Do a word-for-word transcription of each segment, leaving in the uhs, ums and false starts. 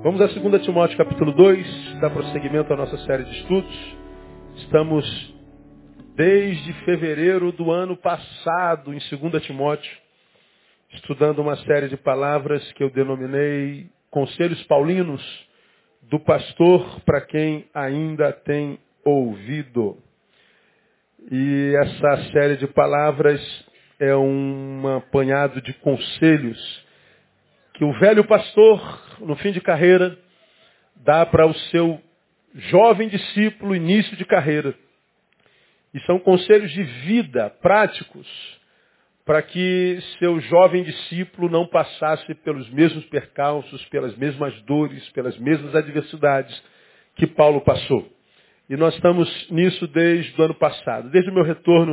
Vamos a dois Timóteo capítulo dois, dar prosseguimento à nossa série de estudos. Estamos desde fevereiro do ano passado em dois Timóteo, estudando uma série de palavras que eu denominei Conselhos Paulinos do Pastor para quem ainda tem ouvido. E essa série de palavras é um apanhado de conselhos que o velho pastor, no fim de carreira, dá para o seu jovem discípulo, início de carreira. E são conselhos de vida, práticos, para que seu jovem discípulo não passasse pelos mesmos percalços, pelas mesmas dores, pelas mesmas adversidades que Paulo passou. E nós estamos nisso desde o ano passado. Desde o meu retorno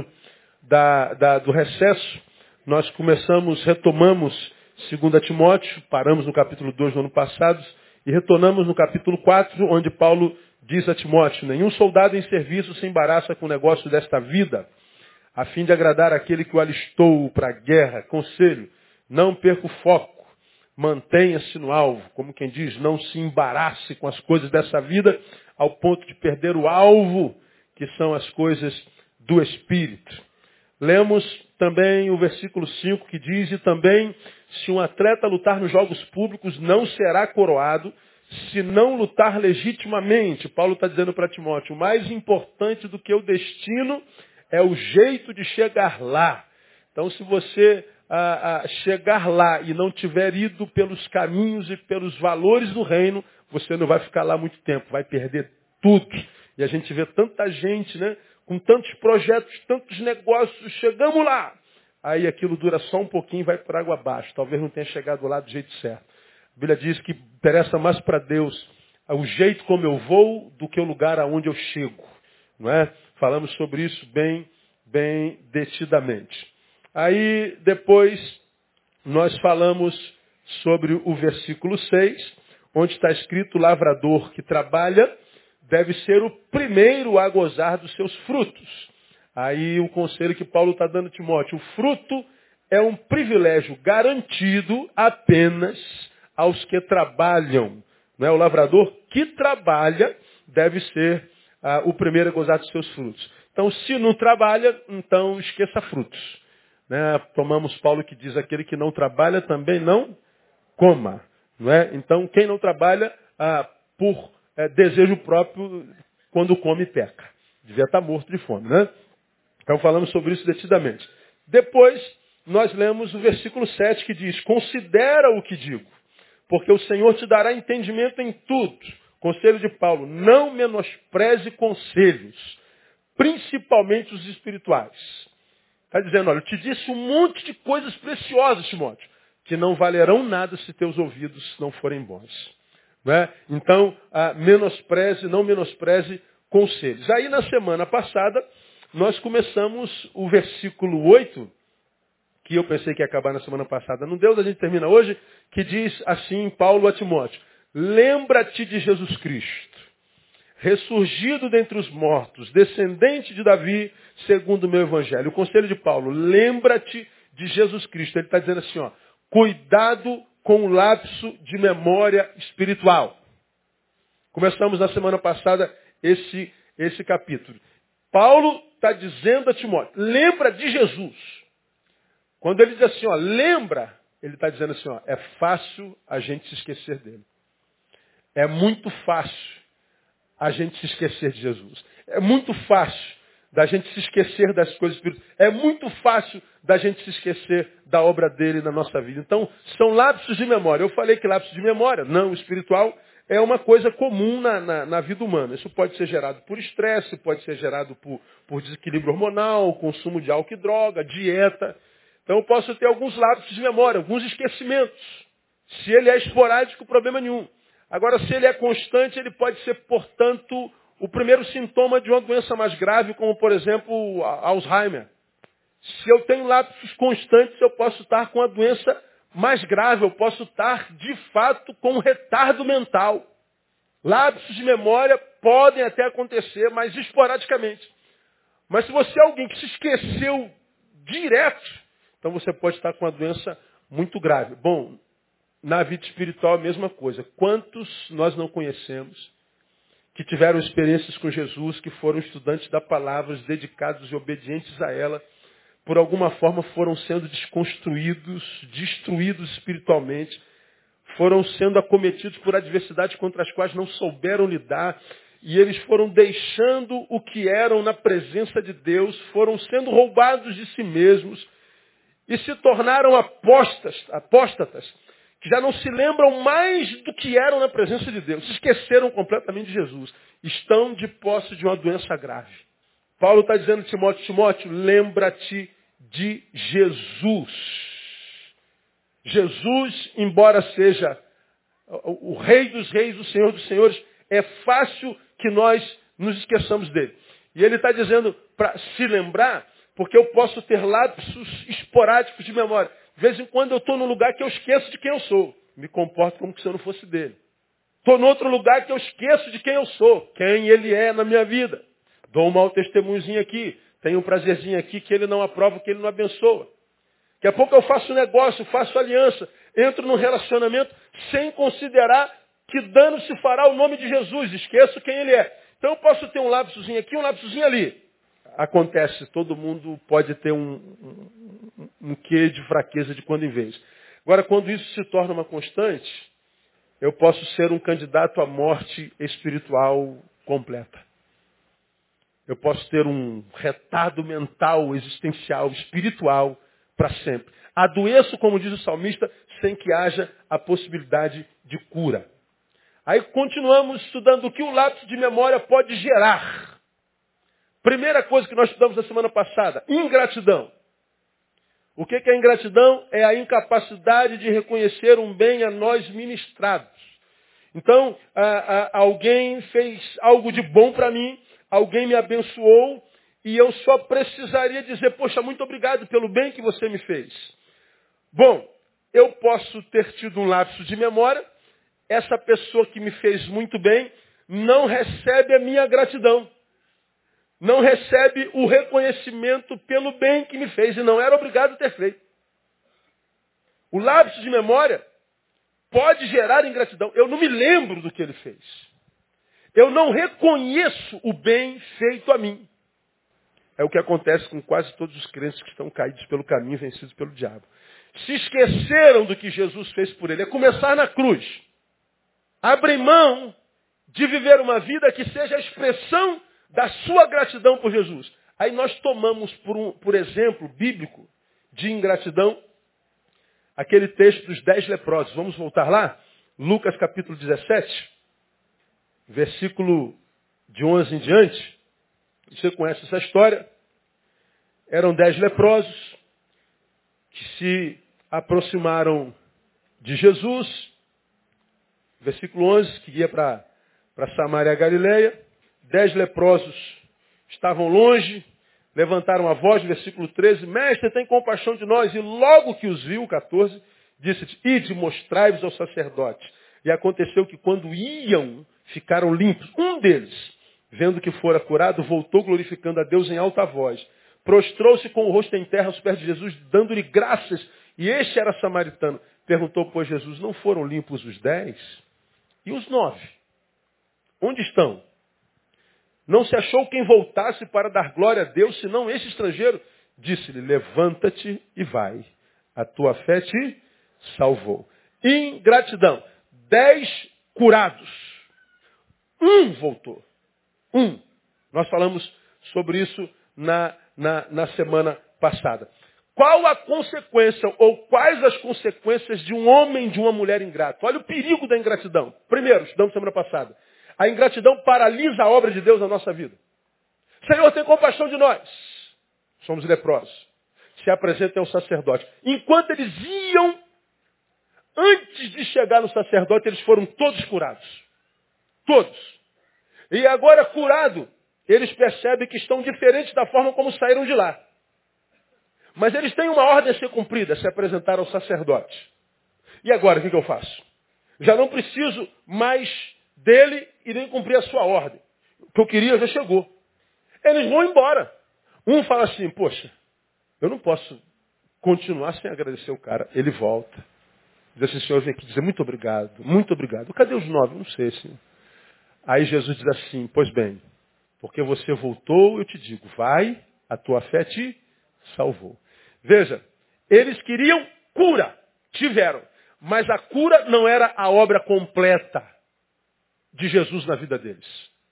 da, da, do recesso, nós começamos, retomamos dois Timóteo, paramos no capítulo dois do ano passado e retornamos no capítulo quatro, onde Paulo diz a Timóteo: nenhum soldado em serviço se embaraça com o negócio desta vida, a fim de agradar aquele que o alistou para a guerra. Conselho: não perca o foco, mantenha-se no alvo. Como quem diz, não se embarace com as coisas dessa vida ao ponto de perder o alvo, que são as coisas do Espírito. Lemos também o versículo cinco que diz: e também, se um atleta lutar nos jogos públicos, não será coroado, se não lutar legitimamente. Paulo está dizendo para Timóteo: o mais importante do que o destino é o jeito de chegar lá. Então, se você ah, ah, chegar lá e não tiver ido pelos caminhos e pelos valores do reino, você não vai ficar lá muito tempo, vai perder tudo. E a gente vê tanta gente, né, com tantos projetos, tantos negócios, chegamos lá. Aí aquilo dura só um pouquinho e vai por água abaixo. Talvez não tenha chegado lá do jeito certo. A Bíblia diz que interessa mais para Deus o jeito como eu vou do que o lugar aonde eu chego. Não é? Falamos sobre isso bem, bem detidamente. Aí depois nós falamos sobre o versículo seis, onde está escrito: o lavrador que trabalha deve ser o primeiro a gozar dos seus frutos. Aí o conselho que Paulo está dando a Timóteo: o fruto é um privilégio garantido apenas aos que trabalham. Não é? O lavrador que trabalha deve ser ah, o primeiro a gozar dos seus frutos. Então, se não trabalha, então esqueça frutos. Né? Tomamos Paulo que diz: aquele que não trabalha também não coma. Não é? Então, quem não trabalha ah, por é, desejo próprio, quando come, peca. Devia estar morto de fome, né? Então falamos sobre isso detidamente. Depois, nós lemos o versículo sete que diz: considera o que digo, porque o Senhor te dará entendimento em tudo. Conselho de Paulo: não menospreze conselhos, principalmente os espirituais. Está dizendo: olha, eu te disse um monte de coisas preciosas, Timóteo, que não valerão nada se teus ouvidos não forem bons. Não é? Então, ah, menospreze, não menospreze conselhos. Aí, na semana passada, nós começamos o versículo oito, que eu pensei que ia acabar na semana passada. Não deu, a gente termina hoje, que diz assim Paulo a Timóteo: lembra-te de Jesus Cristo, ressurgido dentre os mortos, descendente de Davi, segundo o meu evangelho. O conselho de Paulo: lembra-te de Jesus Cristo. Ele está dizendo assim, ó, cuidado com o lapso de memória espiritual. Começamos na semana passada esse, esse capítulo. Paulo está dizendo a Timóteo: lembra de Jesus. Quando ele diz assim, ó, lembra, ele está dizendo assim, ó, é fácil a gente se esquecer dele. É muito fácil a gente se esquecer de Jesus. É muito fácil da gente se esquecer das coisas espirituais. É muito fácil da gente se esquecer da obra dele na nossa vida. Então, são lapsos de memória. Eu falei que lapsos de memória, não, o espiritual é uma coisa comum na, na, na vida humana. Isso pode ser gerado por estresse, pode ser gerado por, por desequilíbrio hormonal, consumo de álcool e droga, dieta. Então, eu posso ter alguns lapsos de memória, alguns esquecimentos. Se ele é esporádico, problema nenhum. Agora, se ele é constante, ele pode ser, portanto, o primeiro sintoma de uma doença mais grave, como, por exemplo, Alzheimer. Se eu tenho lapsos constantes, eu posso estar com a doença mais grave, eu posso estar, de fato, com um retardo mental. Lapsos de memória podem até acontecer, mas esporadicamente. Mas se você é alguém que se esqueceu direto, então você pode estar com uma doença muito grave. Bom, na vida espiritual a mesma coisa. Quantos nós não conhecemos que tiveram experiências com Jesus, que foram estudantes da palavra, dedicados e obedientes a ela, por alguma forma foram sendo desconstruídos, destruídos espiritualmente, foram sendo acometidos por adversidades contra as quais não souberam lidar, e eles foram deixando o que eram na presença de Deus, foram sendo roubados de si mesmos, e se tornaram apostas, apóstatas, que já não se lembram mais do que eram na presença de Deus, se esqueceram completamente de Jesus, estão de posse de uma doença grave. Paulo está dizendo a Timóteo, Timóteo, lembra-te de Jesus. Jesus, embora seja o, o Rei dos Reis, o Senhor dos Senhores, é fácil que nós nos esqueçamos dele. E ele está dizendo para se lembrar, porque eu posso ter lapsos esporádicos de memória. De vez em quando eu estou num lugar que eu esqueço de quem eu sou. Me comporto como se eu não fosse dele. Estou em outro lugar que eu esqueço de quem eu sou, quem ele é na minha vida. Dou um mau testemunhozinho aqui, tenho um prazerzinho aqui que ele não aprova, que ele não abençoa. Daqui a pouco eu faço negócio, faço aliança, entro num relacionamento sem considerar que dano se fará ao nome de Jesus, esqueço quem ele é. Então eu posso ter um lapsozinho aqui, um lapsozinho ali. Acontece, todo mundo pode ter um, um, um quê de fraqueza de quando em vez. Agora, quando isso se torna uma constante, eu posso ser um candidato à morte espiritual completa. Eu posso ter um retardo mental, existencial, espiritual para sempre. Adoeço, como diz o salmista, sem que haja a possibilidade de cura. Aí continuamos estudando o que o lapso de memória pode gerar. Primeira coisa que nós estudamos na semana passada, ingratidão. O que é ingratidão? É a incapacidade de reconhecer um bem a nós ministrados. Então, a, a, alguém fez algo de bom para mim, alguém me abençoou, e eu só precisaria dizer, poxa, muito obrigado pelo bem que você me fez. Bom, eu posso ter tido um lapso de memória, essa pessoa que me fez muito bem não recebe a minha gratidão. Não recebe o reconhecimento pelo bem que me fez e não era obrigado a ter feito. O lapso de memória pode gerar ingratidão. Eu não me lembro do que ele fez. Eu não reconheço o bem feito a mim. É o que acontece com quase todos os crentes que estão caídos pelo caminho, vencidos pelo diabo. Se esqueceram do que Jesus fez por ele. É começar na cruz. Abrem mão de viver uma vida que seja a expressão da sua gratidão por Jesus. Aí nós tomamos, por, um, por exemplo bíblico, de ingratidão, aquele texto dos dez leprosos. Vamos voltar lá? Lucas capítulo dezessete, versículo de onze em diante. Você conhece essa história. Eram dez leprosos que se aproximaram de Jesus. Versículo onze, que ia para Samaria e Galileia. Dez leprosos estavam longe, levantaram a voz, versículo treze, mestre, tem compaixão de nós. E logo que os viu, quatorze, disse, ide, mostrai-vos ao sacerdote. E aconteceu que quando iam, ficaram limpos. Um deles, vendo que fora curado, voltou glorificando a Deus em alta voz. Prostrou-se com o rosto em terra aos pés de Jesus, dando-lhe graças. E este era samaritano. Perguntou, pois, Jesus, não foram limpos os dez? E os nove? Onde estão? Não se achou quem voltasse para dar glória a Deus, senão esse estrangeiro. Disse-lhe, levanta-te e vai. A tua fé te salvou. Ingratidão. Dez curados. Um voltou. Um. Nós falamos sobre isso na, na, na semana passada. Qual a consequência, ou quais as consequências de um homem e de uma mulher ingrato? Olha o perigo da ingratidão. Primeiro, estudamos semana passada. A ingratidão paralisa a obra de Deus na nossa vida. Senhor, tem compaixão de nós. Somos leprosos. Se apresenta ao sacerdote. Enquanto eles iam, antes de chegar no sacerdote, eles foram todos curados. Todos. E agora, curado, eles percebem que estão diferentes da forma como saíram de lá. Mas eles têm uma ordem a ser cumprida, se apresentar ao sacerdote. E agora, o que, que eu faço? Já não preciso mais dele e nem cumprir a sua ordem. O que eu queria já chegou. Eles vão embora. Um fala assim, poxa, eu não posso continuar sem agradecer o cara. Ele volta. Diz assim, Senhor, vem aqui dizer muito obrigado, muito obrigado. Cadê os nove? Não sei, Senhor. Aí Jesus diz assim, pois bem, porque você voltou, eu te digo, vai, a tua fé te salvou. Veja, eles queriam cura, tiveram, mas a cura não era a obra completa de Jesus na vida deles.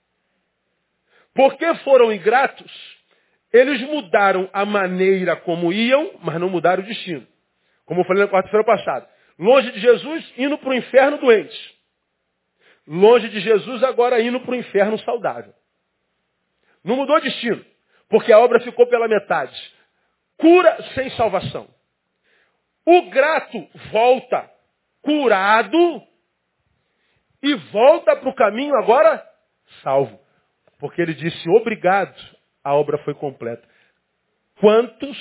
Porque foram ingratos, eles mudaram a maneira como iam, mas não mudaram o destino. Como eu falei na quarta-feira passada. Longe de Jesus, indo para o inferno doentes. Longe de Jesus, agora indo para o inferno saudável. Não mudou o destino, porque a obra ficou pela metade. Cura sem salvação. O grato volta curado e volta para o caminho agora salvo. Porque ele disse, obrigado, a obra foi completa. Quantos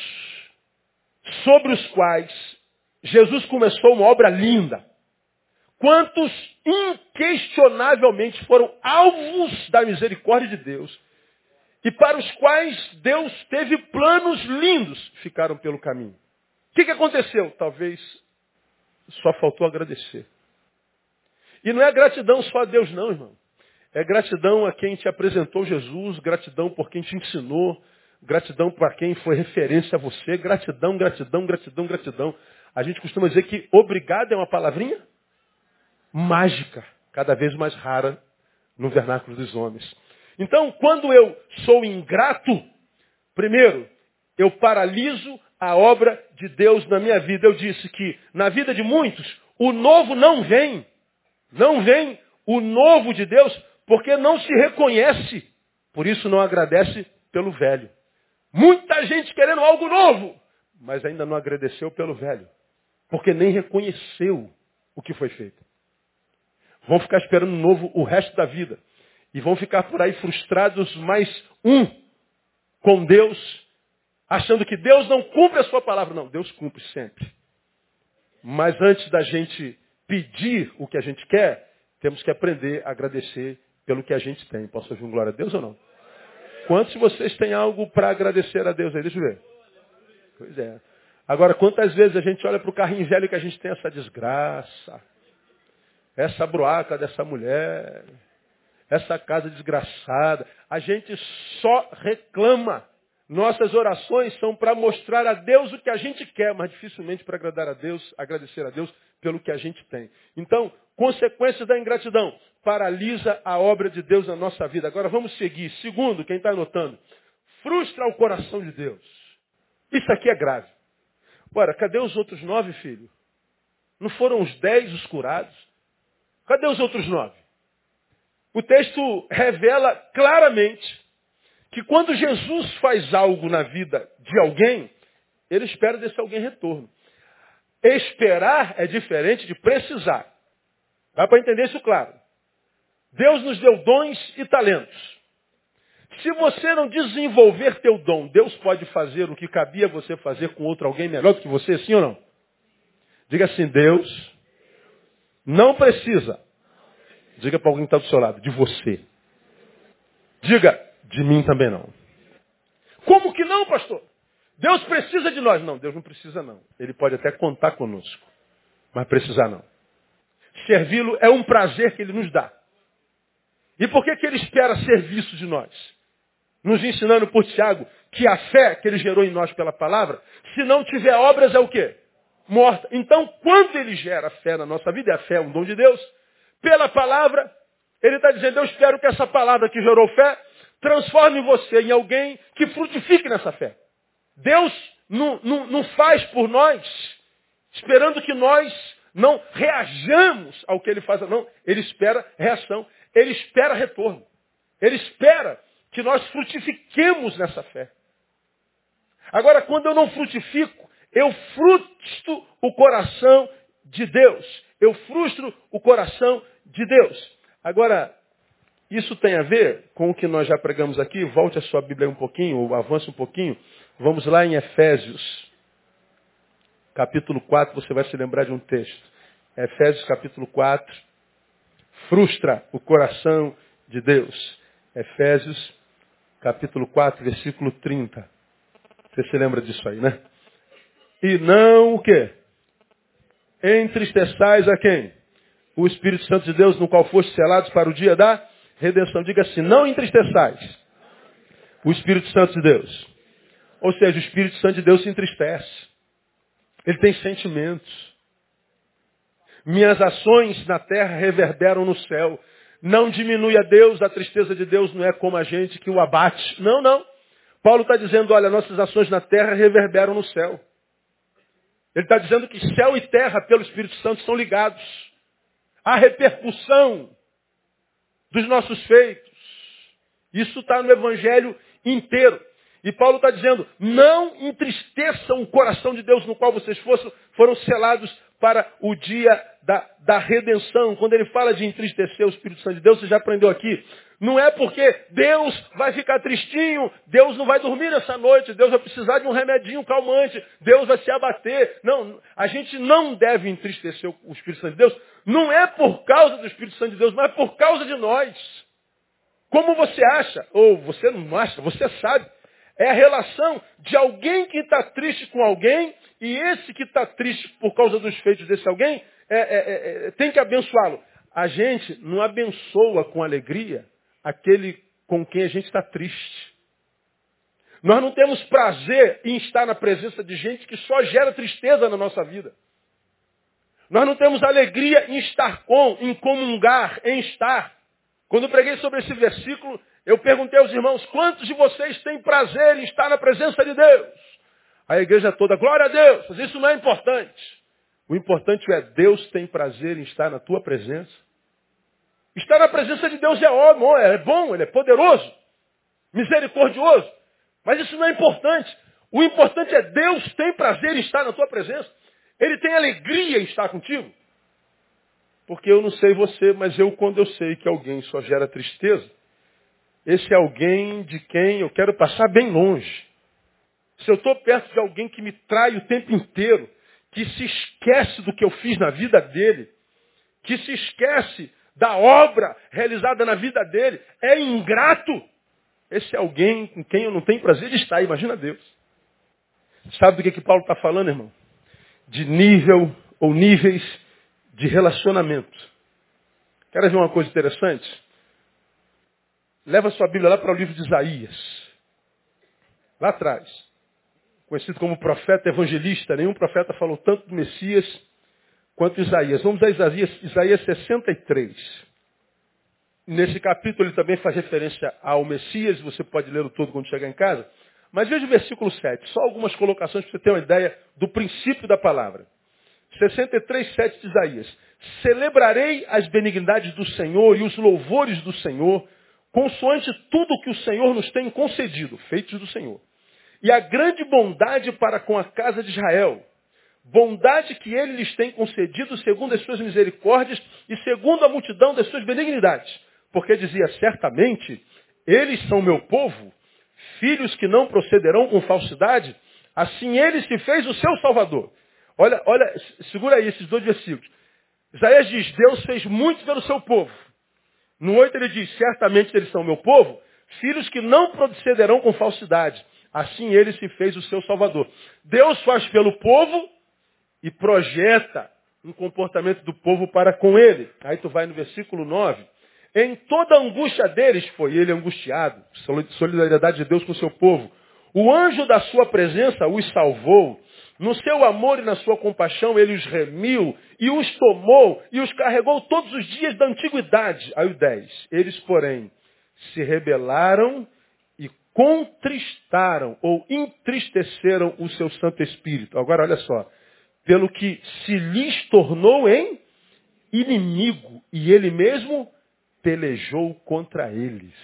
sobre os quais Jesus começou uma obra linda? Quantos inquestionavelmente foram alvos da misericórdia de Deus e para os quais Deus teve planos lindos, ficaram pelo caminho. O que, que aconteceu? Talvez só faltou agradecer. E não é gratidão só a Deus não, irmão. É gratidão a quem te apresentou Jesus, gratidão por quem te ensinou, gratidão para quem foi referência a você, gratidão, gratidão, gratidão, gratidão. A gente costuma dizer que obrigado é uma palavrinha mágica, cada vez mais rara no vernáculo dos homens. Então, quando eu sou ingrato, primeiro, eu paraliso a obra de Deus na minha vida. Eu disse que na vida de muitos, o novo não vem. Não vem o novo de Deus, porque não se reconhece. Por isso não agradece pelo velho. Muita gente querendo algo novo, mas ainda não agradeceu pelo velho. Porque nem reconheceu o que foi feito. Vão ficar esperando novo o resto da vida. E vão ficar por aí frustrados mais um com Deus, achando que Deus não cumpre a sua palavra. Não, Deus cumpre sempre. Mas antes da gente pedir o que a gente quer, temos que aprender a agradecer pelo que a gente tem. Posso ouvir um glória a Deus ou não? Quantos de vocês têm algo para agradecer a Deus aí? Deixa eu ver. Pois é. Agora, quantas vezes a gente olha para o carrinho velho que a gente tem essa desgraça, essa broaca dessa mulher, essa casa desgraçada. A gente só reclama. Nossas orações são para mostrar a Deus o que a gente quer, mas dificilmente para agradar a Deus, agradecer a Deus pelo que a gente tem. Então, consequências da ingratidão. Paralisa a obra de Deus na nossa vida. Agora vamos seguir. Segundo, quem está anotando, frustra o coração de Deus. Isso aqui é grave. Ora, cadê os outros nove, filho? Não foram os dez os curados? Cadê os outros nove? O texto revela claramente que quando Jesus faz algo na vida de alguém, ele espera desse alguém retorno. Esperar é diferente de precisar. Dá para entender isso claro. Deus nos deu dons e talentos. Se você não desenvolver teu dom, Deus pode fazer o que cabia você fazer com outro alguém melhor do que você, sim ou não? Diga assim, Deus não precisa. Diga para alguém que está do seu lado, de você. Diga, de mim também não. Como que não, pastor? Deus precisa de nós. Não, Deus não precisa não. Ele pode até contar conosco, mas precisar não. Servi-lo é um prazer que ele nos dá. E por que que ele espera serviço de nós? Nos ensinando por Tiago que a fé que ele gerou em nós pela palavra, se não tiver obras é o quê? Morta. Então, quando ele gera fé na nossa vida, e a fé é um dom de Deus, pela palavra, ele está dizendo, eu espero que essa palavra que gerou fé, transforme você em alguém que frutifique nessa fé. Deus não, não, não faz por nós, esperando que nós não reajamos ao que ele faz. Não, ele espera reação, ele espera retorno. Ele espera que nós frutifiquemos nessa fé. Agora, quando eu não frutifico, eu frustro o coração de Deus. Eu frustro o coração de Deus. Agora, isso tem a ver com o que nós já pregamos aqui. Volte a sua Bíblia um pouquinho, ou avance um pouquinho. Vamos lá em Efésios, capítulo quatro, você vai se lembrar de um texto. Efésios, capítulo quatro. Frustra o coração de Deus. Efésios, capítulo quatro, versículo trinta. Você se lembra disso aí, né? E não o quê? entristeçais a quem? O Espírito Santo de Deus, no qual foste selados para o dia da redenção. Diga assim, não entristeçais o Espírito Santo de Deus. Ou seja, o Espírito Santo de Deus se entristece. Ele tem sentimentos. Minhas ações na terra reverberam no céu. Não diminui a Deus, a tristeza de Deus não é como a gente que o abate. Não, não. Paulo está dizendo, olha, nossas ações na terra reverberam no céu. Ele está dizendo que céu e terra, pelo Espírito Santo, são ligados. Há repercussão dos nossos feitos. Isso está no Evangelho inteiro. E Paulo está dizendo, não entristeçam o coração de Deus no qual vocês fossem, foram selados para o dia da, da redenção. Quando ele fala de entristecer o Espírito Santo de Deus, você já aprendeu aqui. Não é porque Deus vai ficar tristinho, Deus não vai dormir nessa noite, Deus vai precisar de um remedinho calmante, Deus vai se abater. Não, a gente não deve entristecer o Espírito Santo de Deus. Não é por causa do Espírito Santo de Deus, mas é por causa de nós. Como você acha, ou você não acha, você sabe. É a relação de alguém que está triste com alguém, e esse que está triste por causa dos feitos desse alguém, é, é, é, tem que abençoá-lo. A gente não abençoa com alegria aquele com quem a gente está triste. Nós não temos prazer em estar na presença de gente que só gera tristeza na nossa vida. Nós não temos alegria em estar com, em comungar, em estar. Quando eu preguei sobre esse versículo, eu perguntei aos irmãos, quantos de vocês têm prazer em estar na presença de Deus? A igreja toda, glória a Deus, mas isso não é importante. O importante é, Deus tem prazer em estar na tua presença. Estar na presença de Deus é óbvio, é bom, Ele é poderoso, misericordioso. Mas isso não é importante. O importante é, Deus tem prazer em estar na tua presença. Ele tem alegria em estar contigo. Porque eu não sei você, mas eu, quando eu sei que alguém só gera tristeza, esse é alguém de quem eu quero passar bem longe. Se eu estou perto de alguém que me trai o tempo inteiro, que se esquece do que eu fiz na vida dele, que se esquece da obra realizada na vida dele, é ingrato. Esse é alguém com quem eu não tenho prazer de estar, imagina Deus. Sabe do que, que Paulo está falando, irmão? De nível ou níveis de relacionamento. Quer ver uma coisa interessante? Leva sua Bíblia lá para o livro de Isaías. Lá atrás. Conhecido como profeta evangelista. Nenhum profeta falou tanto do Messias quanto Isaías. Vamos a Isaías, Isaías sessenta e três. Nesse capítulo ele também faz referência ao Messias. Você pode ler o todo quando chegar em casa. Mas veja o versículo sete. Só algumas colocações para você ter uma ideia do princípio da palavra. sessenta e três, sete de Isaías. Celebrarei as benignidades do Senhor e os louvores do Senhor, consoante tudo que o Senhor nos tem concedido, feitos do Senhor. E a grande bondade para com a casa de Israel. Bondade que ele lhes tem concedido segundo as suas misericórdias e segundo a multidão das suas benignidades. Porque dizia, certamente, eles são meu povo, filhos que não procederão com falsidade, assim ele se fez o seu Salvador. Olha, olha, segura aí esses dois versículos. Isaías diz, Deus fez muito pelo seu povo. No oito ele diz, certamente eles são meu povo, filhos que não procederão com falsidade. Assim ele se fez o seu Salvador. Deus faz pelo povo e projeta um comportamento do povo para com ele. Aí tu vai no versículo nove. Em toda a angústia deles foi ele angustiado. Solidariedade de Deus com o seu povo. O anjo da sua presença os salvou. No seu amor e na sua compaixão ele os remiu e os tomou e os carregou todos os dias da antiguidade. Aí o dez. Eles, porém, se rebelaram e contristaram ou entristeceram o seu Santo Espírito. Agora olha só. Pelo que se lhes tornou em inimigo e ele mesmo pelejou contra eles.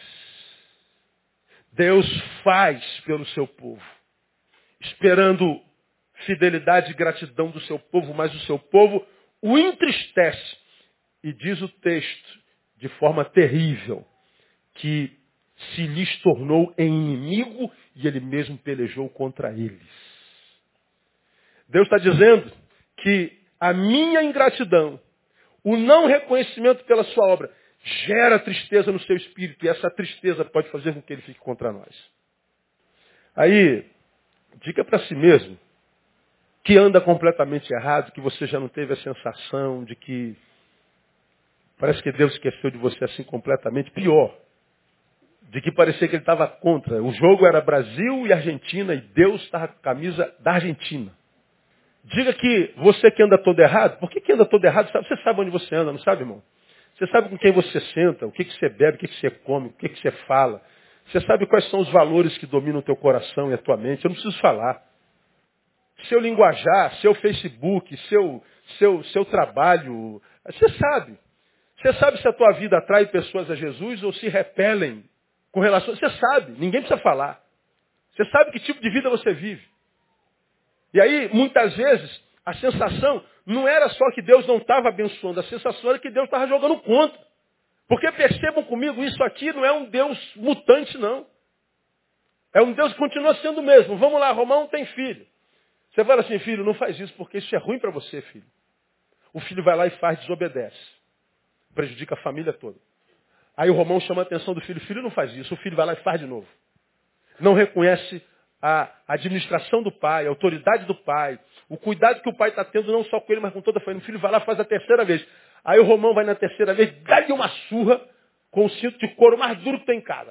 Deus faz pelo seu povo, esperando fidelidade e gratidão do seu povo, mas o seu povo o entristece. E diz o texto, de forma terrível, que se lhes tornou em inimigo e ele mesmo pelejou contra eles. Deus está dizendo que a minha ingratidão, o não reconhecimento pela sua obra, gera tristeza no seu espírito. E essa tristeza pode fazer com que ele fique contra nós. Aí, diga para si mesmo que anda completamente errado, que você já não teve a sensação de que parece que Deus esqueceu de você assim completamente. Pior, de que parecia que ele estava contra. O jogo era Brasil e Argentina e Deus estava com a camisa da Argentina. Diga que você que anda todo errado, por que, que anda todo errado? Você sabe onde você anda, não sabe, irmão? Você sabe com quem você senta, o que, que você bebe, o que, que você come, o que, que você fala. Você sabe quais são os valores que dominam o teu coração e a tua mente. Eu não preciso falar. Seu linguajar, seu Facebook, seu, seu, seu trabalho, você sabe. Você sabe se a tua vida atrai pessoas a Jesus ou se repelem com relação... Você sabe, ninguém precisa falar. Você sabe que tipo de vida você vive. E aí, muitas vezes, a sensação não era só que Deus não estava abençoando, a sensação era que Deus estava jogando contra. Porque percebam comigo, isso aqui não é um Deus mutante, não. É um Deus que continua sendo o mesmo. Vamos lá, Romão tem filho. Você fala assim, filho, não faz isso porque isso é ruim para você, filho. O filho vai lá e faz, desobedece. Prejudica a família toda. Aí o Romão chama a atenção do filho. O filho não faz isso. O filho vai lá e faz de novo. Não reconhece a administração do pai, a autoridade do pai, o cuidado que o pai está tendo não só com ele, mas com toda a família. O filho vai lá e faz a terceira vez. Aí o Romão vai na terceira vez, dá-lhe uma surra com o cinto de couro mais duro que tem em casa.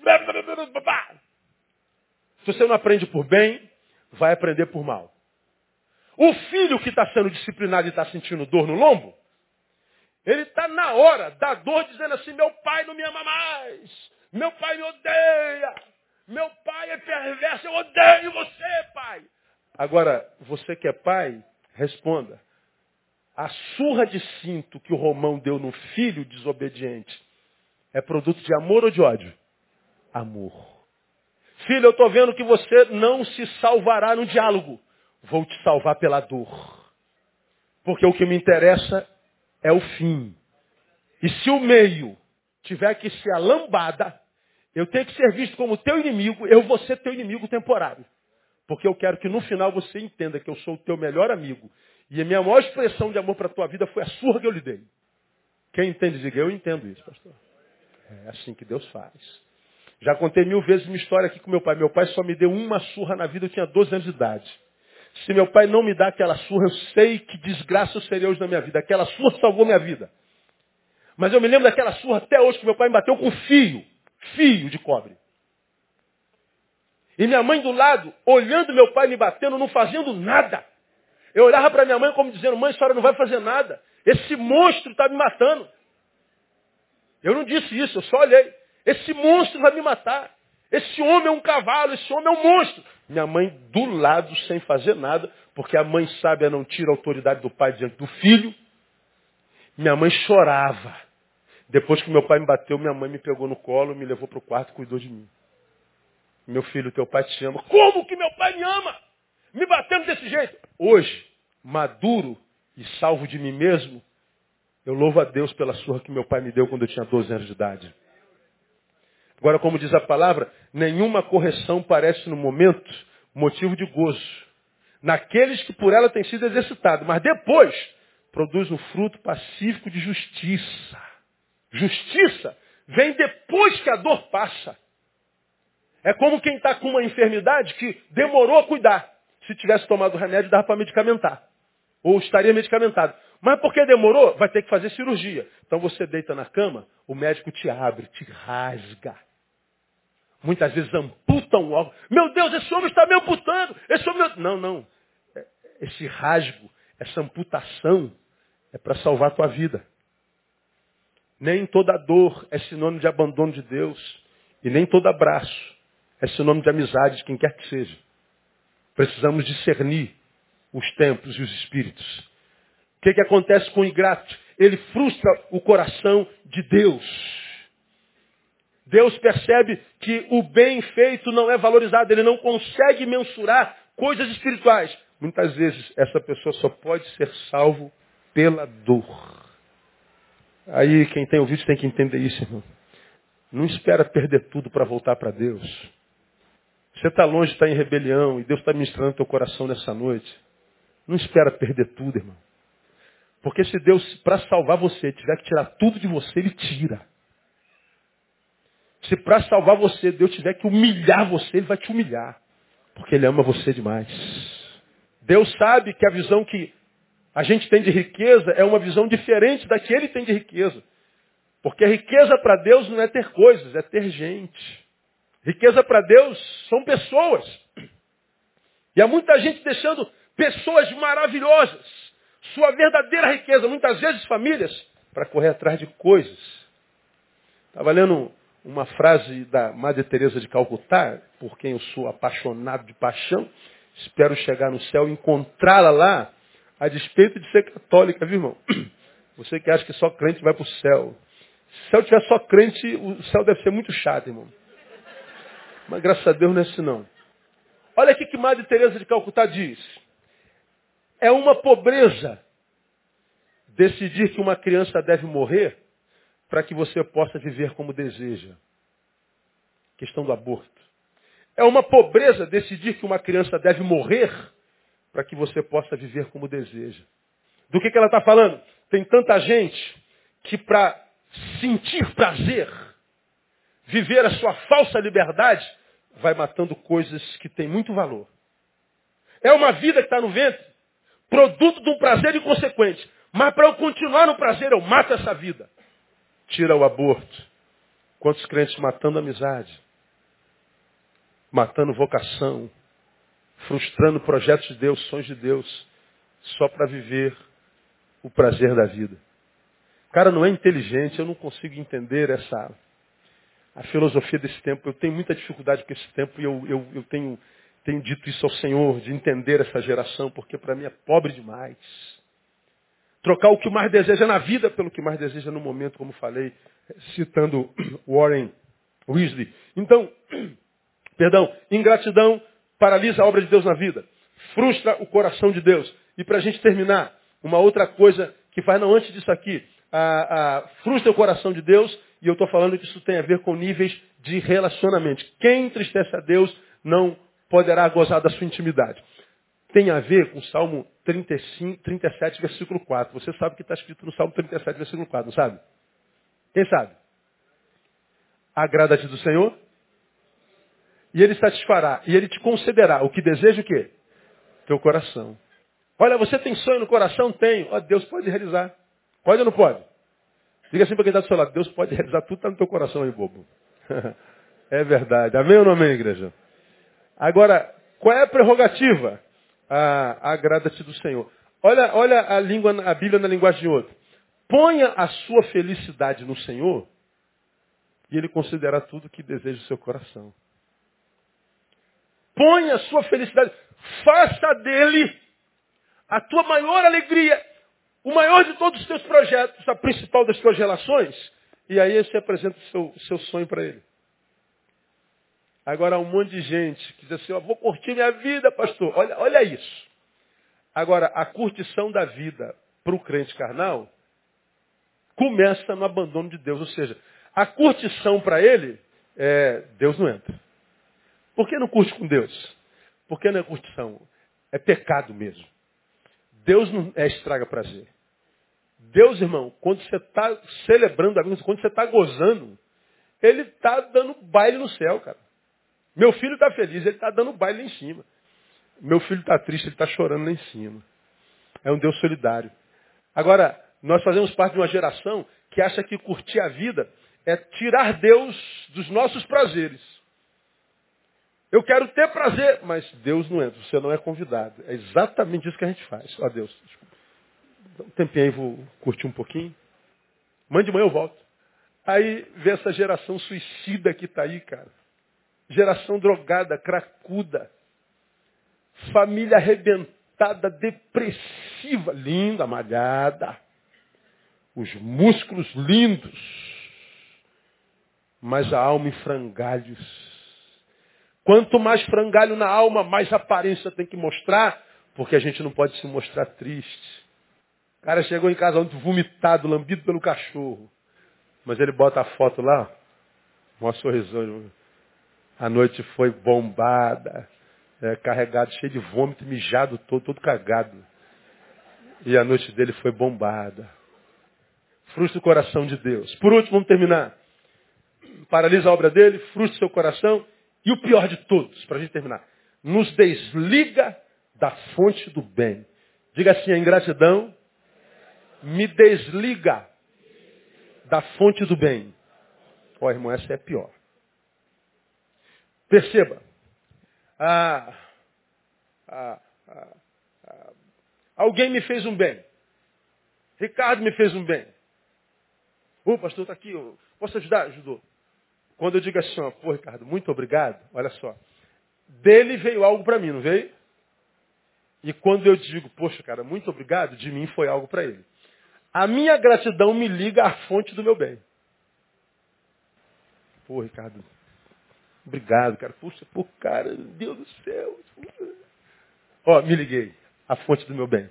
Se você não aprende por bem, vai aprender por mal. O filho que está sendo disciplinado e está sentindo dor no lombo, ele está na hora da dor dizendo assim, meu pai não me ama mais, meu pai me odeia, meu pai é perverso, eu odeio você, pai. Agora, você que é pai, responda. A surra de cinto que o Romão deu no filho desobediente é produto de amor ou de ódio? Amor. Filho, eu estou vendo que você não se salvará no diálogo. Vou te salvar pela dor. Porque o que me interessa é o fim. E se o meio tiver que ser a lambada, eu tenho que ser visto como teu inimigo, eu vou ser teu inimigo temporário. Porque eu quero que no final você entenda que eu sou o teu melhor amigo. E a minha maior expressão de amor para a tua vida foi a surra que eu lhe dei. Quem entende, diga, eu entendo isso, pastor. É assim que Deus faz. Já contei mil vezes minha história aqui com meu pai. Meu pai só me deu uma surra na vida, eu tinha doze anos de idade. Se meu pai não me dá aquela surra, eu sei que desgraça eu seria hoje na minha vida. Aquela surra salvou minha vida. Mas eu me lembro daquela surra até hoje que meu pai me bateu com fio. Fio de cobre. E minha mãe do lado, olhando meu pai me batendo, não fazendo nada. Eu olhava para minha mãe como dizendo, mãe, a senhora não vai fazer nada. Esse monstro está me matando. Eu não disse isso, eu só olhei. Esse monstro vai me matar. Esse homem é um cavalo, esse homem é um monstro. Minha mãe do lado, sem fazer nada, porque a mãe sábia não tira a autoridade do pai diante do filho. Minha mãe chorava. Depois que meu pai me bateu, minha mãe me pegou no colo, me levou para o quarto e cuidou de mim. Meu filho, teu pai te ama. Como que meu pai me ama? Me batendo desse jeito. Hoje, maduro e salvo de mim mesmo, eu louvo a Deus pela surra que meu pai me deu quando eu tinha doze anos de idade. Agora, como diz a palavra, nenhuma correção parece no momento motivo de gozo. Naqueles que por ela têm sido exercitados. Mas depois, produz um fruto pacífico de justiça. Justiça vem depois que a dor passa. É como quem está com uma enfermidade que demorou a cuidar. Se tivesse tomado o remédio, dava para medicamentar. Ou estaria medicamentado. Mas porque demorou, vai ter que fazer cirurgia. Então você deita na cama, o médico te abre, te rasga. Muitas vezes amputa um órgão. Meu Deus, esse homem está me amputando. Esse homem... Não, não. Esse rasgo, essa amputação é para salvar a tua vida. Nem toda dor é sinônimo de abandono de Deus. E nem todo abraço é sinônimo de amizade de quem quer que seja. Precisamos discernir os tempos e os espíritos. O que, que acontece com o ingrato? Ele frustra o coração de Deus. Deus percebe que o bem feito não é valorizado. Ele não consegue mensurar coisas espirituais. Muitas vezes essa pessoa só pode ser salvo pela dor. Aí quem tem ouvido tem que entender isso, irmão. Não espera perder tudo para voltar para Deus. Você está longe, está em rebelião e Deus está ministrando teu coração nessa noite. Não espera perder tudo, irmão. Porque se Deus, para salvar você, tiver que tirar tudo de você, Ele tira. Se para salvar você, Deus tiver que humilhar você, Ele vai te humilhar. Porque Ele ama você demais. Deus sabe que a visão que a gente tem de riqueza é uma visão diferente da que ele tem de riqueza. Porque a riqueza para Deus não é ter coisas, é ter gente. Riqueza para Deus são pessoas. E há muita gente deixando pessoas maravilhosas, sua verdadeira riqueza, muitas vezes famílias, para correr atrás de coisas. Estava lendo uma frase da Madre Teresa de Calcutá, por quem eu sou apaixonado de paixão. Espero chegar no céu e encontrá-la lá, a despeito de ser católica, viu, irmão? Você que acha que só crente vai para o céu. Se o céu tiver só crente, o céu deve ser muito chato, irmão. Mas graças a Deus não é assim, não. Olha aqui que Madre Teresa de Calcutá diz. É uma pobreza decidir que uma criança deve morrer para que você possa viver como deseja. Questão do aborto. É uma pobreza decidir que uma criança deve morrer para que você possa viver como deseja. Do que, que ela está falando? Tem tanta gente que para sentir prazer, viver a sua falsa liberdade, vai matando coisas que têm muito valor. É uma vida que está no ventre, produto de um prazer inconsequente. Mas para eu continuar no prazer, eu mato essa vida. Tira o aborto. Quantos crentes matando amizade, matando vocação, frustrando projetos de Deus, sonhos de Deus, só para viver o prazer da vida. Cara, não é inteligente, eu não consigo entender essa a filosofia desse tempo. Eu tenho muita dificuldade com esse tempo e eu, eu, eu tenho, tenho dito isso ao Senhor, de entender essa geração, porque para mim é pobre demais. Trocar o que mais deseja na vida pelo que mais deseja no momento, como falei, citando Warren Weasley. Então, perdão, ingratidão paralisa a obra de Deus na vida. Frustra o coração de Deus. E para a gente terminar, uma outra coisa que faz, não, antes disso aqui, a, a, frustra o coração de Deus, e eu estou falando que isso tem a ver com níveis de relacionamento. Quem entristece a Deus não poderá gozar da sua intimidade. Tem a ver com o Salmo trinta e cinco, trinta e sete, versículo quatro. Você sabe o que está escrito no Salmo trinta e sete, versículo quatro, não sabe? Quem sabe? Agrada-te do Senhor e Ele satisfará. E Ele te concederá o que deseja o quê? Teu coração. Olha, você tem sonho no coração? Tenho. Ó, Deus pode realizar. Pode ou não pode? Diga assim para quem está do seu lado. Deus pode realizar tudo, está no teu coração aí, bobo. É verdade. Amém ou não amém, igreja? Agora, qual é a prerrogativa? Ah, agrada-te do Senhor. Olha, olha a, língua, a Bíblia na linguagem de outro. Ponha a sua felicidade no Senhor e Ele considerará tudo que deseja o seu coração. Ponha a sua felicidade. Faça dele a tua maior alegria, o maior de todos os teus projetos, a principal das tuas relações. E aí você apresenta o seu, seu sonho para Ele. Agora, um monte de gente que diz assim, eu vou curtir minha vida, pastor. Olha, olha isso. Agora, a curtição da vida para o crente carnal começa no abandono de Deus. Ou seja, a curtição para ele, é, Deus não entra. Por que não curte com Deus? Porque não é curtição, é pecado mesmo. Deus não é estraga prazer. Deus, irmão, quando você está celebrando a vida, quando você está gozando, Ele está dando baile no céu, cara. Meu filho está feliz, ele está dando baile lá em cima. Meu filho está triste, ele está chorando lá em cima. É um Deus solidário. Agora, nós fazemos parte de uma geração que acha que curtir a vida é tirar Deus dos nossos prazeres. Eu quero ter prazer, mas Deus não entra, você não é convidado. É exatamente isso que a gente faz. Ó Deus, dá um tempinho aí, vou curtir um pouquinho. Amanhã de manhã eu volto. Aí vê essa geração suicida que está aí, cara. Geração drogada, cracuda. Família arrebentada, depressiva. Linda, malhada. Os músculos lindos. Mas a alma em frangalhos. Quanto mais frangalho na alma, mais aparência tem que mostrar. Porque a gente não pode se mostrar triste. O cara chegou em casa ontem vomitado, lambido pelo cachorro. Mas ele bota a foto lá, um sorrisão. A noite foi bombada, é, carregado, cheio de vômito, mijado todo, todo cagado. E a noite dele foi bombada. Frustra o coração de Deus. Por último, vamos terminar. Paralisa a obra dele, frustra o seu coração. E o pior de todos, para a gente terminar, nos desliga da fonte do bem. Diga assim, a ingratidão me desliga da fonte do bem. Ó, irmão, essa é a pior. Perceba. Ah, ah, ah, ah, alguém me fez um bem. Ricardo me fez um bem. Ô, pastor, está aqui. Eu posso ajudar? Ajudou. Quando eu digo assim, ó, pô, Ricardo, muito obrigado. Olha só. Dele veio algo para mim, não veio? E quando eu digo, poxa, cara, muito obrigado, de mim foi algo para ele. A minha gratidão me liga à fonte do meu bem. Pô, Ricardo, obrigado, cara. Puxa, pô, cara, Deus do céu. Ó, me liguei à fonte do meu bem.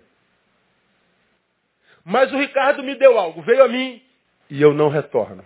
Mas o Ricardo me deu algo, veio a mim e eu não retorno.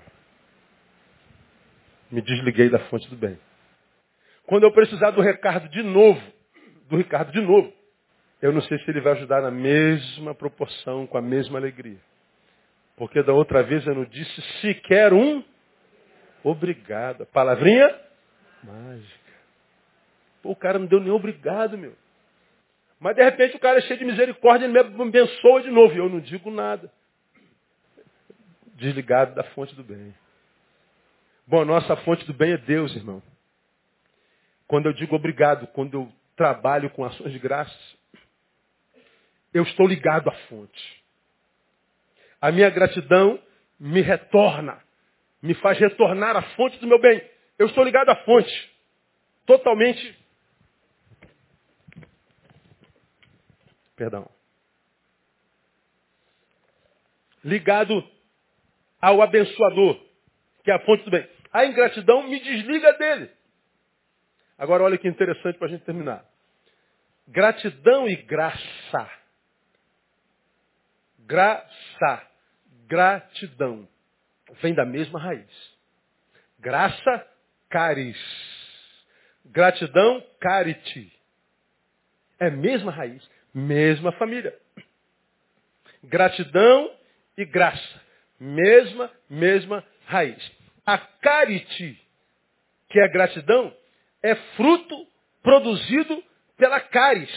Me desliguei da fonte do bem. Quando eu precisar do Ricardo de novo, do Ricardo de novo, eu não sei se ele vai ajudar na mesma proporção, com a mesma alegria. Porque da outra vez eu não disse sequer um obrigado. Palavrinha mágica. Pô, o cara não deu nem obrigado, meu. Mas de repente o cara é cheio de misericórdia, ele me abençoa de novo. E eu não digo nada. Desligado da fonte do bem. Bom, a nossa fonte do bem é Deus, irmão. Quando eu digo obrigado, quando eu trabalho com ações de graças, eu estou ligado à fonte. A minha gratidão me retorna, me faz retornar à fonte do meu bem. Eu estou ligado à fonte, totalmente, perdão, ligado ao abençoador, que é a fonte do bem. A ingratidão me desliga dele. Agora olha que interessante para a gente terminar. Gratidão e graça. Graça, gratidão, vem da mesma raiz. Graça, caris. Gratidão, cariti. É a mesma raiz, mesma família. Gratidão e graça, mesma, mesma raiz. A cariti, que é a gratidão, é fruto produzido pela caris.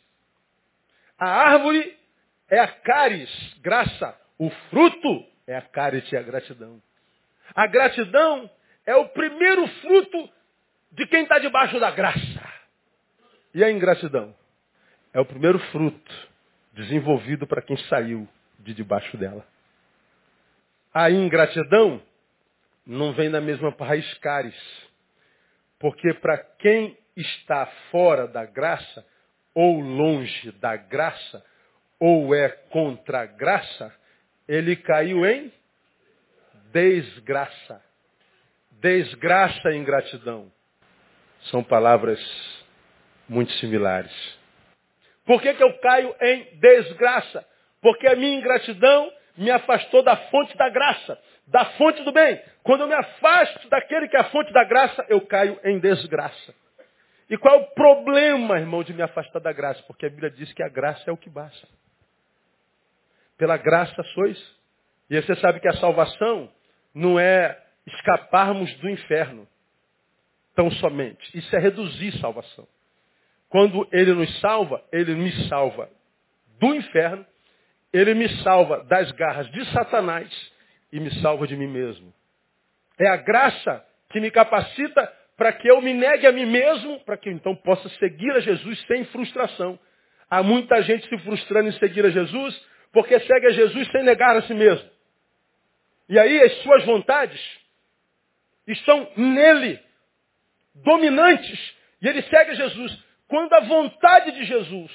A árvore é a caris, graça. O fruto é a carite, a gratidão. A gratidão é o primeiro fruto de quem está debaixo da graça. E a ingratidão é o primeiro fruto desenvolvido para quem saiu de debaixo dela. A ingratidão não vem da mesma raiz caris. Porque para quem está fora da graça, ou longe da graça, ou é contra a graça, ele caiu em desgraça. Desgraça e ingratidão. São palavras muito similares. Por que que eu caio em desgraça? Porque a minha ingratidão me afastou da fonte da graça, da fonte do bem. Quando eu me afasto daquele que é a fonte da graça, eu caio em desgraça. E qual é o problema, irmão, de me afastar da graça? Porque a Bíblia diz que a graça é o que basta. Pela graça sois. E você sabe que a salvação não é escaparmos do inferno tão somente. Isso é reduzir salvação. Quando ele nos salva, ele me salva do inferno, ele me salva das garras de Satanás e me salva de mim mesmo. É a graça que me capacita para que eu me negue a mim mesmo, para que eu então possa seguir a Jesus sem frustração. Há muita gente se frustrando em seguir a Jesus, porque segue a Jesus sem negar a si mesmo. E aí as suas vontades estão nele, dominantes, e ele segue a Jesus. Quando a vontade de Jesus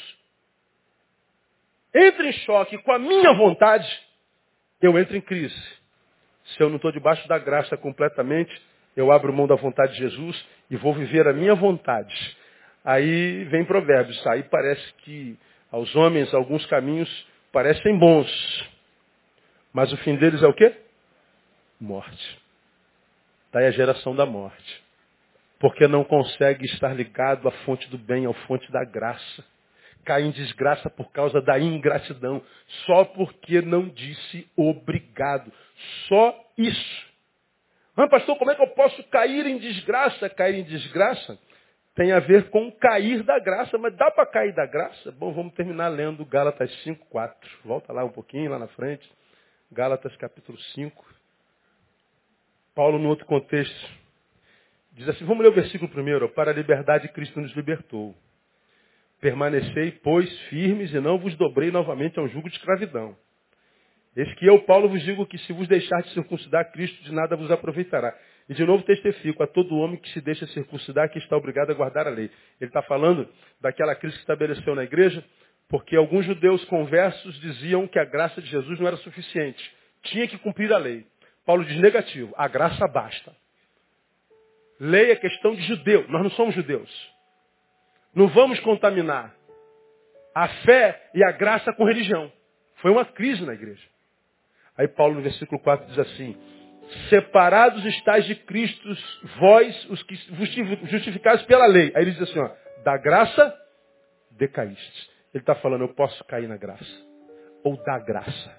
entra em choque com a minha vontade, eu entro em crise. Se eu não estou debaixo da graça completamente, eu abro mão da vontade de Jesus e vou viver a minha vontade. Aí vem Provérbios. Aí parece que aos homens alguns caminhos parecem bons. Mas o fim deles é o quê? Morte. Daí a geração da morte. Porque não consegue estar ligado à fonte do bem, à fonte da graça. Cai em desgraça por causa da ingratidão. Só porque não disse obrigado. Só isso. Mas pastor, como é que eu posso cair em desgraça? Cair em desgraça tem a ver com cair da graça. Mas dá para cair da graça? Bom, vamos terminar lendo Gálatas cinco, quatro. Volta lá um pouquinho, lá na frente. Gálatas capítulo cinco. Paulo, no outro contexto, diz assim, vamos ler o versículo primeiro. Para a liberdade Cristo nos libertou. Permanecei, pois, firmes e não vos dobrei novamente a um jugo de escravidão. Eis que eu, Paulo, vos digo que se vos deixar de circuncidar, Cristo de nada vos aproveitará. E de novo testifico a todo homem que se deixa circuncidar que está obrigado a guardar a lei. Ele está falando daquela crise que estabeleceu na igreja, porque alguns judeus conversos diziam que a graça de Jesus não era suficiente. Tinha que cumprir a lei. Paulo diz negativo, a graça basta. Lei é questão de judeu, nós não somos judeus. Não vamos contaminar a fé e a graça com religião. Foi uma crise na igreja. Aí Paulo no versículo quatro diz assim, separados estáis de Cristo, vós, os que justificados pela lei. Aí ele diz assim, ó, da graça decaístes. Ele está falando, eu posso cair na graça. Ou da graça.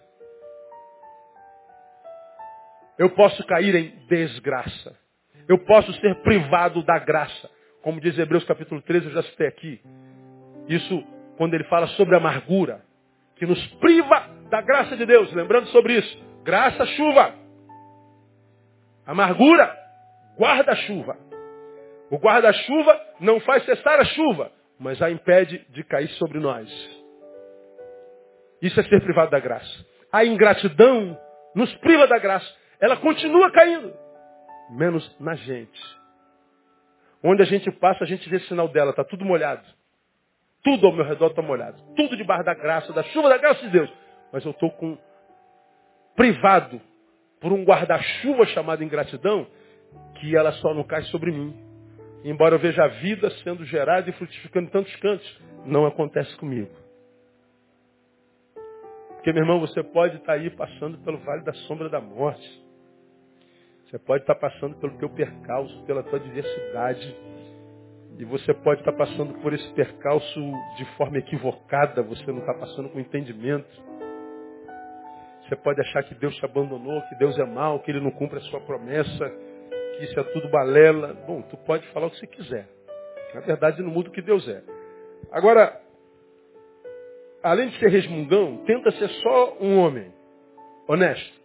Eu posso cair em desgraça. Eu posso ser privado da graça. Como diz Hebreus capítulo treze, eu já citei aqui. Isso quando ele fala sobre a amargura. Que nos priva da graça de Deus. Lembrando sobre isso. Graça, chuva. Amargura, guarda-chuva. O guarda-chuva não faz cessar a chuva, mas a impede de cair sobre nós. Isso é ser privado da graça. A ingratidão nos priva da graça. Ela continua caindo, menos na gente. Onde a gente passa, a gente vê sinal dela, está tudo molhado. Tudo ao meu redor está molhado. Tudo debaixo da graça, da chuva da graça de Deus. Mas eu estou com privado por um guarda-chuva chamado ingratidão, que ela só não cai sobre mim. Embora eu veja a vida sendo gerada e frutificando em tantos cantos, não acontece comigo. Porque, meu irmão, você pode estar aí passando pelo vale da sombra da morte. Você pode estar passando pelo teu percalço, pela tua adversidade. E você pode estar passando por esse percalço de forma equivocada, você não está passando com entendimento. Você pode achar que Deus te abandonou, que Deus é mau, que Ele não cumpre a sua promessa, que isso é tudo balela. Bom, tu pode falar o que você quiser. Na verdade, não muda o que Deus é. Agora, além de ser resmungão, tenta ser só um homem honesto.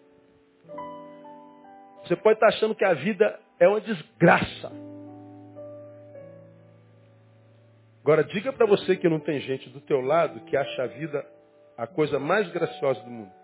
Você pode estar achando que a vida é uma desgraça. Agora, diga para você que não tem gente do teu lado que acha a vida a coisa mais graciosa do mundo.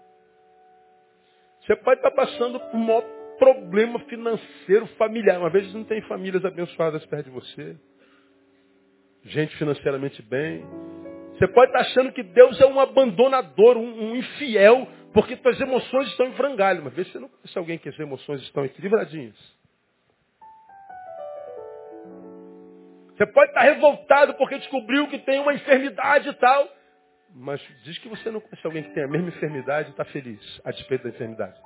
Você pode estar passando por um maior problema financeiro, familiar. Uma vez não tem famílias abençoadas perto de você. Gente financeiramente bem. Você pode estar achando que Deus é um abandonador, um, um infiel, porque suas emoções estão em frangalho. Mas vê se você não conhece alguém que as emoções estão equilibradinhas. Você pode estar revoltado porque descobriu que tem uma enfermidade e tal. Mas diz que você não conhece alguém que tem a mesma enfermidade e está feliz a despeito da enfermidade.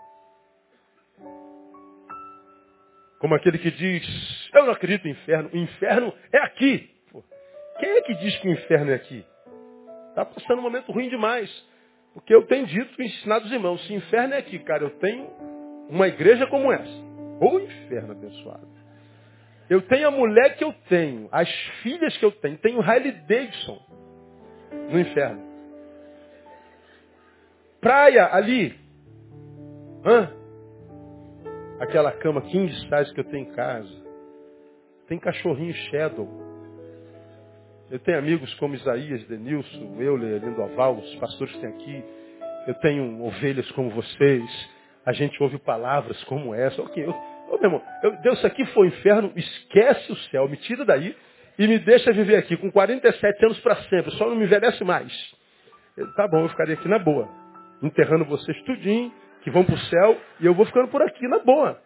Como aquele que diz, eu não acredito no inferno. O inferno é aqui. Pô, quem é que diz que o inferno é aqui? Está passando um momento ruim demais. Porque eu tenho dito e ensinado os irmãos, se inferno é aqui, cara, eu tenho uma igreja como essa. Ô inferno abençoado. Eu tenho a mulher que eu tenho, as filhas que eu tenho. Tenho Harley Davidson no inferno. Praia ali. Hã? Aquela cama king size que eu tenho em casa. Tem cachorrinho shadow. Eu tenho amigos como Isaías, Denilson, Euler, Lindoval, os pastores que tem aqui. Eu tenho ovelhas como vocês. A gente ouve palavras como essa. Ok, eu, ô, meu irmão, eu, Deus, isso aqui foi o inferno, esquece o céu, me tira daí e me deixa viver aqui com quarenta e sete anos para sempre. Só não me envelhece mais. Eu, tá bom, eu ficaria aqui na boa. Enterrando vocês tudinho, que vão para o céu, e eu vou ficando por aqui na boa.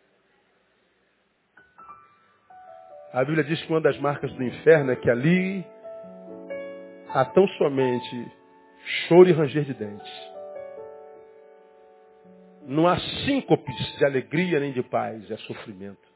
A Bíblia diz que uma das marcas do inferno é que ali há tão somente choro e ranger de dentes. Não há síncopes de alegria nem de paz, é sofrimento.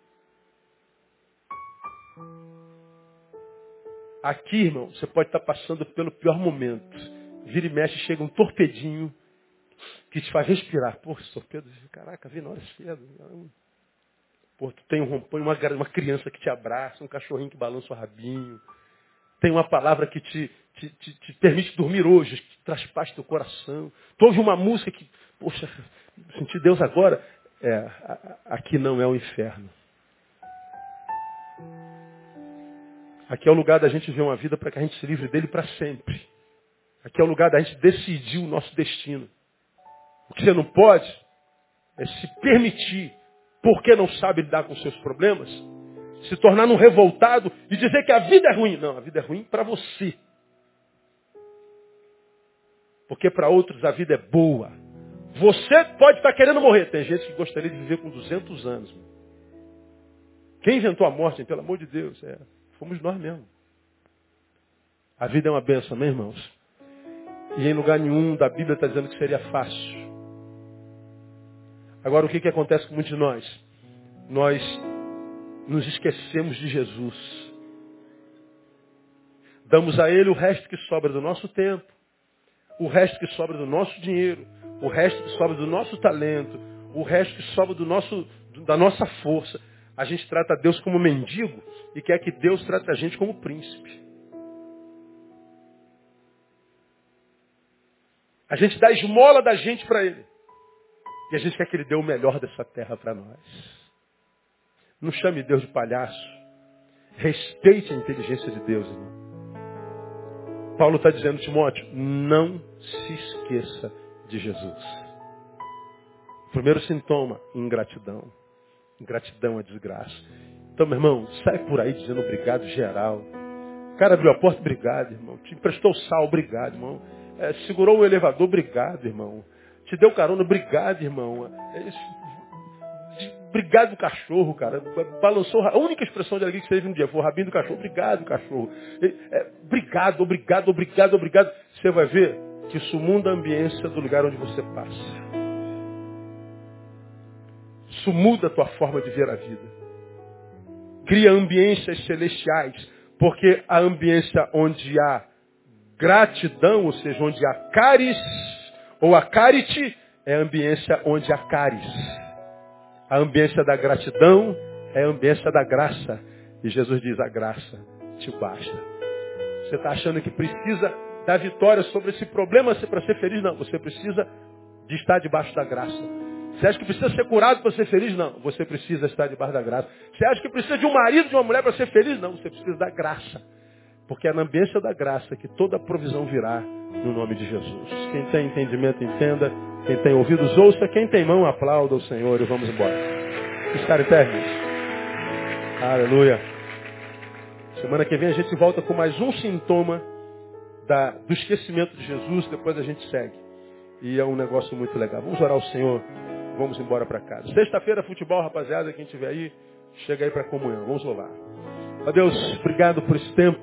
Aqui, irmão, você pode estar passando pelo pior momento. Vira e mexe, chega um torpedinho que te faz respirar. Pô, esse torpedo, caraca, vem na hora cedo. Pô, tu tem um, põe uma, uma criança que te abraça, um cachorrinho que balança o rabinho. Tem uma palavra que te, te, te, te permite dormir hoje, que traz paz no teu coração. Tu ouve uma música que, poxa, senti Deus agora. É, a, a, aqui não é o inferno. Aqui é o lugar da gente ver uma vida para que a gente se livre dele para sempre. Aqui é o lugar da gente decidir o nosso destino. O que você não pode é se permitir, porque não sabe lidar com os seus problemas, se tornar um revoltado e dizer que a vida é ruim. Não, a vida é ruim para você. Porque para outros a vida é boa. Você pode estar querendo morrer. Tem gente que gostaria de viver com duzentos anos. Quem inventou a morte, hein? Pelo amor de Deus? É, fomos nós mesmos. A vida é uma bênção, meus irmãos. E em lugar nenhum da Bíblia está dizendo que seria fácil. Agora, o que, que acontece com muitos de nós? Nós nos esquecemos de Jesus. Damos a Ele o resto que sobra do nosso tempo, o resto que sobra do nosso dinheiro, o resto que sobra do nosso talento, o resto que sobra do nosso, da nossa força. A gente trata Deus como mendigo e quer que Deus trate a gente como príncipe. A gente dá a esmola da gente para Ele. E a gente quer que Ele dê o melhor dessa terra para nós. Não chame Deus de palhaço. Respeite a inteligência de Deus, irmão. Paulo está dizendo, Timóteo, não se esqueça de Jesus. Primeiro sintoma, ingratidão. Ingratidão é desgraça. Então, meu irmão, sai por aí dizendo obrigado geral. O cara abriu a porta, obrigado, irmão. Te emprestou sal, obrigado, irmão. É, segurou o elevador, obrigado, irmão. Te deu carona, obrigado, irmão. É, obrigado do cachorro, cara. Balançou. A única expressão de alegria que você teve um dia foi o rabinho do cachorro. Obrigado, cachorro. É, obrigado, obrigado, obrigado, obrigado. Você vai ver que isso muda a ambiência do lugar onde você passa. Isso muda a tua forma de ver a vida. Cria ambiências celestiais. Porque a ambiência onde há gratidão, ou seja, onde há caris, ou a carite, é a ambiência onde há caris. A ambiência da gratidão é a ambiência da graça. E Jesus diz, a graça te basta. Você está achando que precisa da vitória sobre esse problema para ser feliz? Não, você precisa de estar debaixo da graça. Você acha que precisa ser curado para ser feliz? Não, você precisa estar debaixo da graça. Você acha que precisa de um marido, de uma mulher para ser feliz? Não, você precisa da graça. Porque é na ambiência da graça que toda a provisão virá no nome de Jesus. Quem tem entendimento, entenda. Quem tem ouvidos, ouça. Quem tem mão, aplauda o Senhor e vamos embora. Estar em pé, irmãos. Aleluia. Semana que vem a gente volta com mais um sintoma da, do esquecimento de Jesus. Depois a gente segue. E é um negócio muito legal. Vamos orar ao Senhor. Vamos embora para casa. Sexta-feira, futebol, rapaziada. Quem estiver aí, chega aí para a comunhão. Vamos louvar. Ó Deus, obrigado por esse tempo.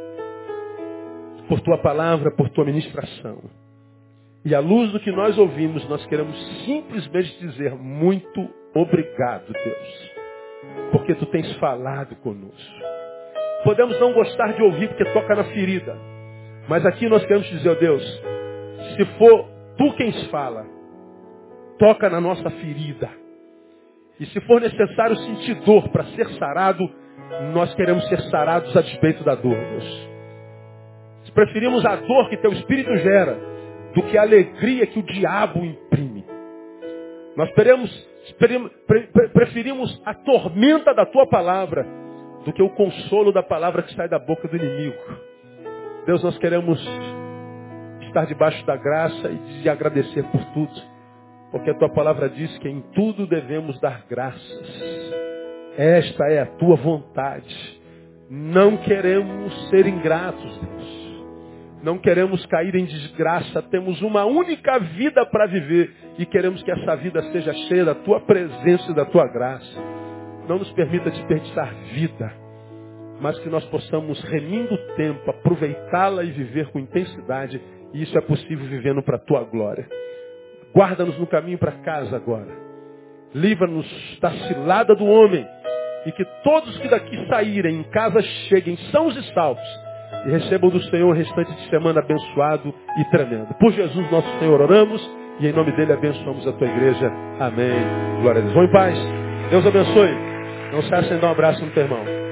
Por tua palavra, por tua ministração. E à luz do que nós ouvimos, nós queremos simplesmente dizer muito obrigado, Deus. Porque tu tens falado conosco. Podemos não gostar de ouvir porque toca na ferida. Mas aqui nós queremos dizer, ó Deus, se for tu quem fala, toca na nossa ferida. E se for necessário sentir dor para ser sarado, nós queremos ser sarados a despeito da dor, Deus. Se preferimos a dor que teu Espírito gera do que a alegria que o diabo imprime. Nós esperemos, esperemos, pre, pre, preferimos a tormenta da tua palavra do que o consolo da palavra que sai da boca do inimigo. Deus, nós queremos estar debaixo da graça e de agradecer por tudo. Porque a tua palavra diz que em tudo devemos dar graças. Esta é a tua vontade. Não queremos ser ingratos, Deus. Não queremos cair em desgraça. Temos uma única vida para viver. E queremos que essa vida seja cheia da tua presença e da tua graça. Não nos permita desperdiçar vida. Mas que nós possamos, remindo o tempo, aproveitá-la e viver com intensidade. E isso é possível vivendo para a tua glória. Guarda-nos no caminho para casa agora. Livra-nos da cilada do homem. E que todos que daqui saírem em casa cheguem sãos e salvos. E recebam do Senhor o restante de semana abençoado e tremendo. Por Jesus nosso Senhor oramos. E em nome dele abençoamos a tua igreja. Amém. Glória a Deus. Vão em paz. Deus abençoe. Não cessa em dar um abraço no teu irmão.